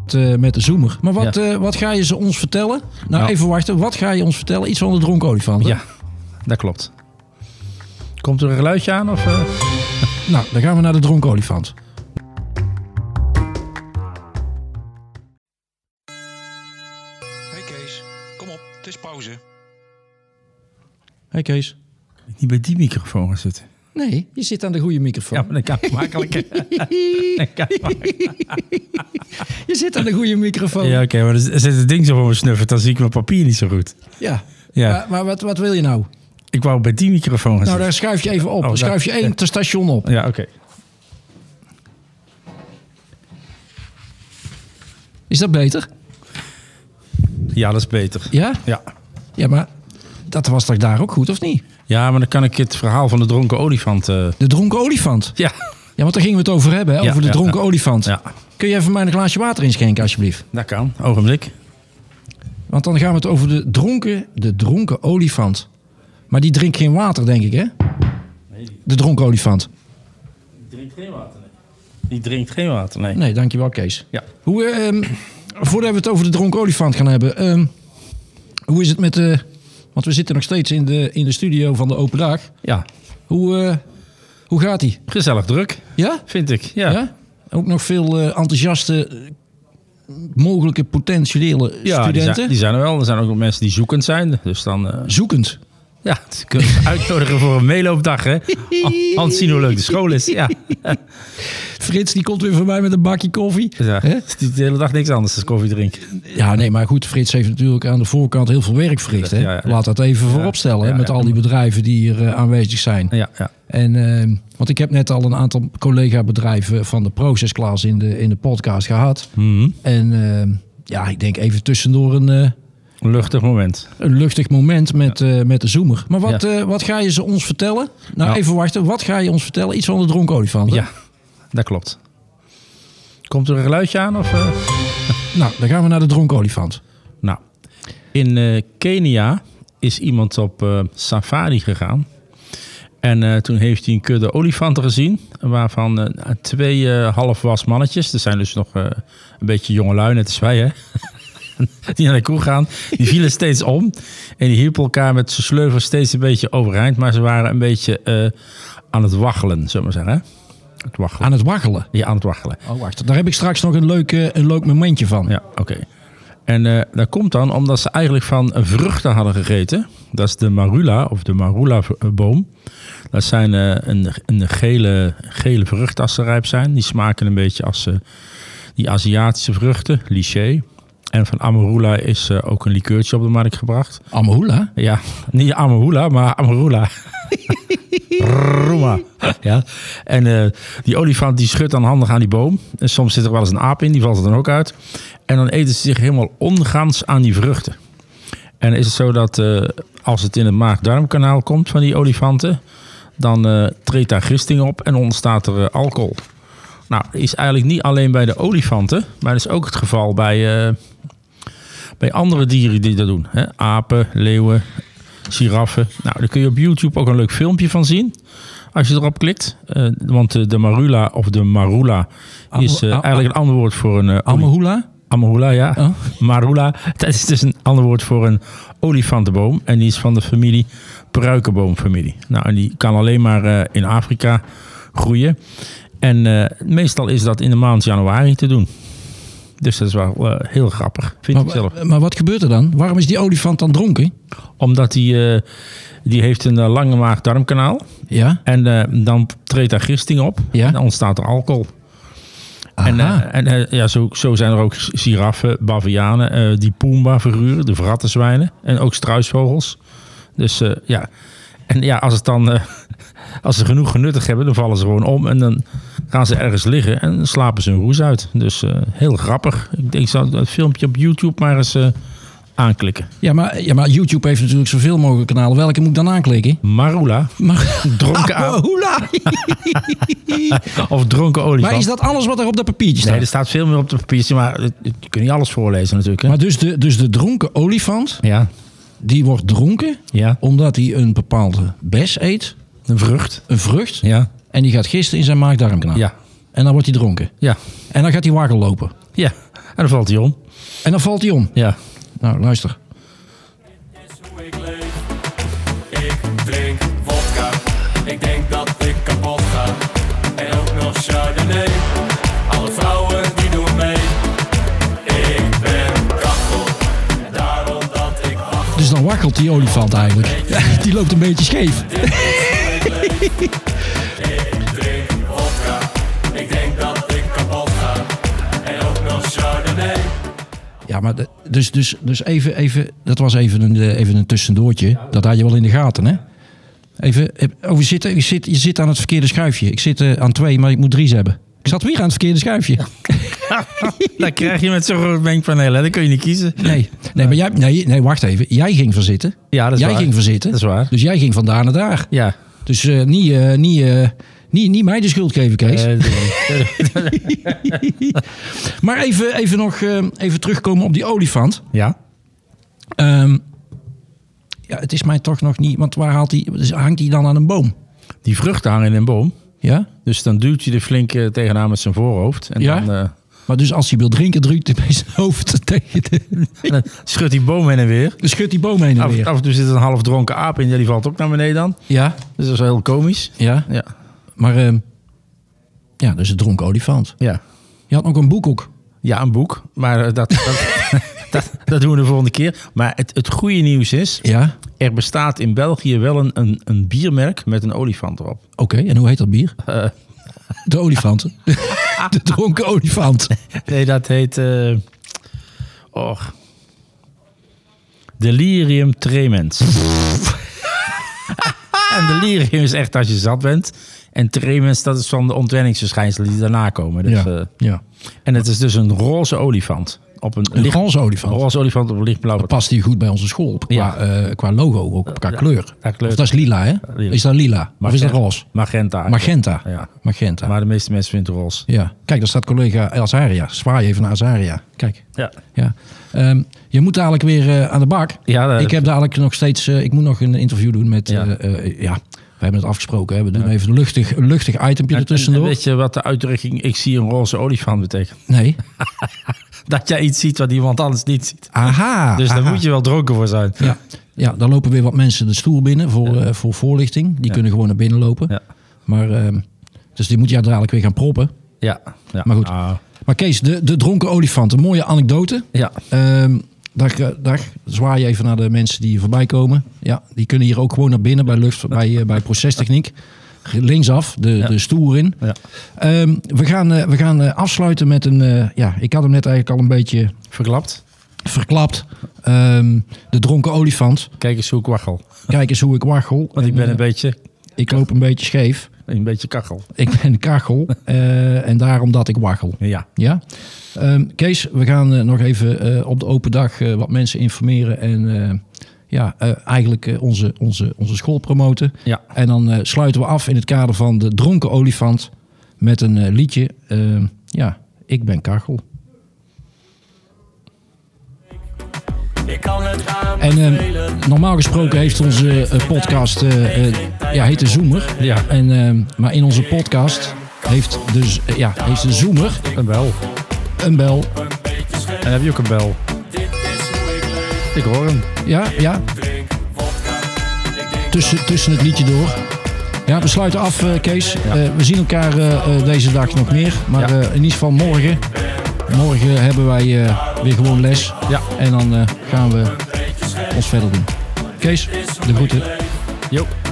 met de zoemer. Maar wat ga je ze ons vertellen? Nou, even wachten. Wat ga je ons vertellen? Iets van de dronken olifant, hè? Ja, dat klopt. Komt er een geluidje aan? Of, Nou, dan gaan we naar de dronken olifant. Hey Kees, kom op, het is pauze. Hey Kees. niet bij die microfoon gaan zitten. Nee, je zit aan de goede microfoon. Ja, maar dat kan makkelijk. Je zit aan de goede microfoon. Ja, oké, maar er zit een ding zo voor me snuffert. Dan zie ik mijn papier niet zo goed. Ja. Ja. Maar wat wil je nou? Ik wou bij die microfoon gaan Nou, zitten. daar schuif je even op. Oh, Schuif je één station op. Ja, oké. Is dat beter? Ja, dat is beter. Ja? Ja. Ja, maar dat was toch daar ook goed, of niet? Ja, maar dan kan ik het verhaal van de dronken olifant... De dronken olifant? Ja. Ja, want daar gingen we het over hebben, hè? Over de dronken olifant. Ja. Kun je even mij een glaasje water inschenken, alsjeblieft? Dat kan. Ogenblik. Want dan gaan we het over de dronken olifant. Maar die drinkt geen water, denk ik, hè? Nee. De dronken olifant. Die drinkt geen water, nee. Die drinkt geen water, nee. Nee, dankjewel, Kees. Ja. Voordat we het over de dronken olifant gaan hebben... hoe is het met de... Want we zitten nog steeds in de studio van de Open Dag. Ja. Hoe gaat die? Gezellig druk. Ja? Vind ik, ja. Ook nog veel enthousiaste, mogelijke potentiële studenten? Die zijn er wel. Er zijn ook nog mensen die zoekend zijn. Dus dan... Zoekend? Ja, ze kunnen we uitnodigen voor een meeloopdag, hè. Anders zien hoe leuk de school is, ja. Frits, die komt weer voorbij met een bakje koffie. Ja, het is de hele dag niks anders dan koffie drinken. Ja, nee, maar goed, Frits heeft natuurlijk aan de voorkant heel veel werk verricht. Hè? Ja. Laat dat even vooropstellen, hè, met al die bedrijven die hier aanwezig zijn. Ja. En, want ik heb net al een aantal collega-bedrijven van de Procesklaas in de podcast gehad. Mm-hmm. En ik denk even tussendoor een luchtig moment. Een luchtig moment met de zoemer. Maar wat ga je ze ons vertellen? Nou, even wachten. Wat ga je ons vertellen? Iets van de dronken olifant, hè? Ja, dat klopt. Komt er een geluidje aan? Of, Nou, dan gaan we naar de dronken olifant. Nou, in Kenia is iemand op safari gegaan. En toen heeft hij een kudde olifanten gezien. Waarvan 2 halfwas mannetjes. Dat zijn dus nog een beetje jongelui, net als wij, hè? Die naar de kroeg gaan. Die vielen steeds om. En die hielpen elkaar met z'n sleuvel steeds een beetje overeind. Maar ze waren een beetje aan het waggelen, zullen we maar zeggen. Aan het waggelen? Ja, aan het waggelen. Oh, wacht. Daar heb ik straks nog een leuk momentje van. Ja, oké. En dat komt dan omdat ze eigenlijk van vruchten hadden gegeten. Dat is de marula of de marula-boom. Dat zijn een gele vruchten als ze rijp zijn. Die smaken een beetje als die Aziatische vruchten, lychee. En van amarula is ook een likeurtje op de markt gebracht. Amarula? Ja, niet amarula, maar amarula. Roma. Ja. En die olifant die schudt dan handig aan die boom. En soms zit er wel eens een aap in, die valt er dan ook uit. En dan eten ze zich helemaal ongans aan die vruchten. En is het zo dat als het in het maag-darmkanaal komt van die olifanten, dan treedt daar gisting op en ontstaat er alcohol. Nou, dat is eigenlijk niet alleen bij de olifanten, maar dat is ook het geval bij andere dieren die dat doen. Hè? Apen, leeuwen, giraffen. Nou, daar kun je op YouTube ook een leuk filmpje van zien. Als je erop klikt. Want de marula of de marula is eigenlijk een ander woord voor een... Amarula? Amarula, ja. Oh. Marula, dat is dus een ander woord voor een olifantenboom. En die is van de familie pruikenboomfamilie. Nou, en die kan alleen maar in Afrika groeien. En meestal is dat in de maand januari te doen. Dus dat is wel heel grappig, vind ik zelf. Maar wat gebeurt er dan? Waarom is die olifant dan dronken? Omdat die heeft een lange maag-darmkanaal. Ja. En dan treedt daar gisting op. Ja. En dan ontstaat er alcohol. En zo zijn er ook giraffen, bavianen, die Pumba-figuren, de vrattenzwijnen. En ook struisvogels. Dus En ja, als ze genoeg genuttigd hebben, dan vallen ze gewoon om. En dan gaan ze ergens liggen en dan slapen ze hun roes uit. Dus heel grappig. Ik denk, ik zou het filmpje op YouTube maar eens aanklikken. Ja, maar YouTube heeft natuurlijk zoveel mogelijk kanalen. Welke moet ik dan aanklikken? Marula. Dronken Marula. Of dronken olifant. Maar is dat alles wat er op dat papiertje staat? Nee, er staat veel meer op dat papiertje, maar je kunt niet alles voorlezen natuurlijk. Hè? Maar dus de dronken olifant, ja. Die wordt dronken omdat hij een bepaalde bes eet. Een vrucht. Ja. En die gaat gisten in zijn maag-darmkanaal. Ja. En dan wordt hij dronken. Ja. En dan gaat hij waggel lopen. Ja. En dan valt hij om. En dan valt hij om. Ja. Nou, luister. Ik leef, ik drink vodka. Ik denk dat ik kapot ga. En ook nog Chardonnay. Alle vrouwen die doen mee. Ik ben kachel. En daarom dat ik wacht. Dus dan waggelt die olifant eigenlijk. Die loopt een beetje scheef. Ik drink vodka. Ik denk dat ik kapot ga. En ook nog Chardonnay. Ja, maar dus even, dat was even een tussendoortje. Dat had je wel in de gaten, hè? Even over zitten. Je zit aan het verkeerde schuifje. Ik zit aan 2, maar ik moet 3 hebben. Ik zat weer aan het verkeerde schuifje. Dat krijg je met zo'n groot mengpaneel, hè? Dan kun je niet kiezen. Nee, maar jij, wacht even. Jij ging verzitten. Ja, dat is jij waar. ging verzitten. Dat is waar. Dus jij ging van daar naar daar. Ja. Dus niet mij de schuld geven, Kees. Maar even terugkomen op die olifant. Ja. Ja, het is mij toch nog niet... Want waar haalt hij... Dus hangt hij dan aan een boom? Die vruchten hangen in een boom. Ja? Dus dan duwt hij er flink tegenaan met zijn voorhoofd. En Ja? dan, Maar dus als hij wil drinken, drukt hij bij zijn hoofd tegen de... en dan schudt die boom heen en weer. Dan schudt die boom heen en weer. Af en toe zit er een half dronken aap in. Ja, die valt ook naar beneden dan. Ja? Dus dat is wel heel komisch. Ja? Ja. Maar... ja, dus een dronken olifant. Ja. Je had nog een boek ook. Ja, een boek. Maar dat doen we de volgende keer. Maar het goede nieuws is... Ja? Er bestaat in België wel een biermerk met een olifant erop. Oké, en hoe heet dat bier? De olifanten. De dronken olifant. Nee, dat heet... Delirium tremens. En delirium is echt als je zat bent. En tremens, dat is van de ontwenningsverschijnselen die daarna komen. Dus, Ja. En het is dus een roze olifant. Op een roze Een olifant. roze olifant op een lichtblauw. Dat past hier goed bij onze school. Qua logo, ook qua kleur. Ja, kleur. Of dat is lila, hè? Lila. Is dat lila? Of is dat roze? Magenta. Magenta. Ja. Magenta. Maar de meeste mensen vinden het roze. Ja. Kijk, daar staat collega Azaria. Zwaai even naar Azaria. Kijk. Ja. Ja. Je moet dadelijk weer aan de bak. Ja, Ik heb dadelijk nog steeds... ik moet nog een interview doen met... we hebben het afgesproken. Hè? We doen even een luchtig itempje En ertussendoor. weet je wat de uitdrukking ik zie een roze olifant betekent? Nee. Dat jij iets ziet wat iemand anders niet ziet. Aha. Dus daar aha. moet je wel dronken voor zijn. Ja, dan lopen weer wat mensen de stoel binnen voor voorlichting. Die kunnen gewoon naar binnen lopen. Ja. Maar, dus die moet je dadelijk weer gaan proppen. Ja. Maar goed. Maar Kees, de dronken olifant. Een mooie anekdote. Ja. Dag. Zwaai je even naar de mensen die hier voorbij komen. Ja, die kunnen hier ook gewoon naar binnen bij procestechniek. Linksaf, de stoel in. Ja. We gaan afsluiten met een... ik had hem net eigenlijk al een beetje verklapt. De dronken olifant. Kijk eens hoe ik waggel. Kijk eens hoe ik waggel. Want ik ben een beetje... Ik loop een beetje scheef. Een beetje kachel. Ik ben een kachel. En daarom dat ik waggel. Ja. Ja? Kees, we gaan nog even op de open dag wat mensen informeren. En eigenlijk onze school promoten. Ja. En dan sluiten we af in het kader van de dronken olifant. Met een liedje. Ik ben kachel. Ik kan het En normaal gesproken heeft onze podcast heet de Zoomer. Ja. Maar in onze podcast heeft de Zoomer Een bel. een bel. En heb je ook een bel? Ik hoor hem. Ja. Tussen het liedje door. Ja, we sluiten af, Kees. We zien elkaar deze dag nog meer. Maar in ieder geval morgen. Morgen hebben wij weer gewoon les. Ja. En dan gaan we ons verder doen. Kees, de groeten. Jo.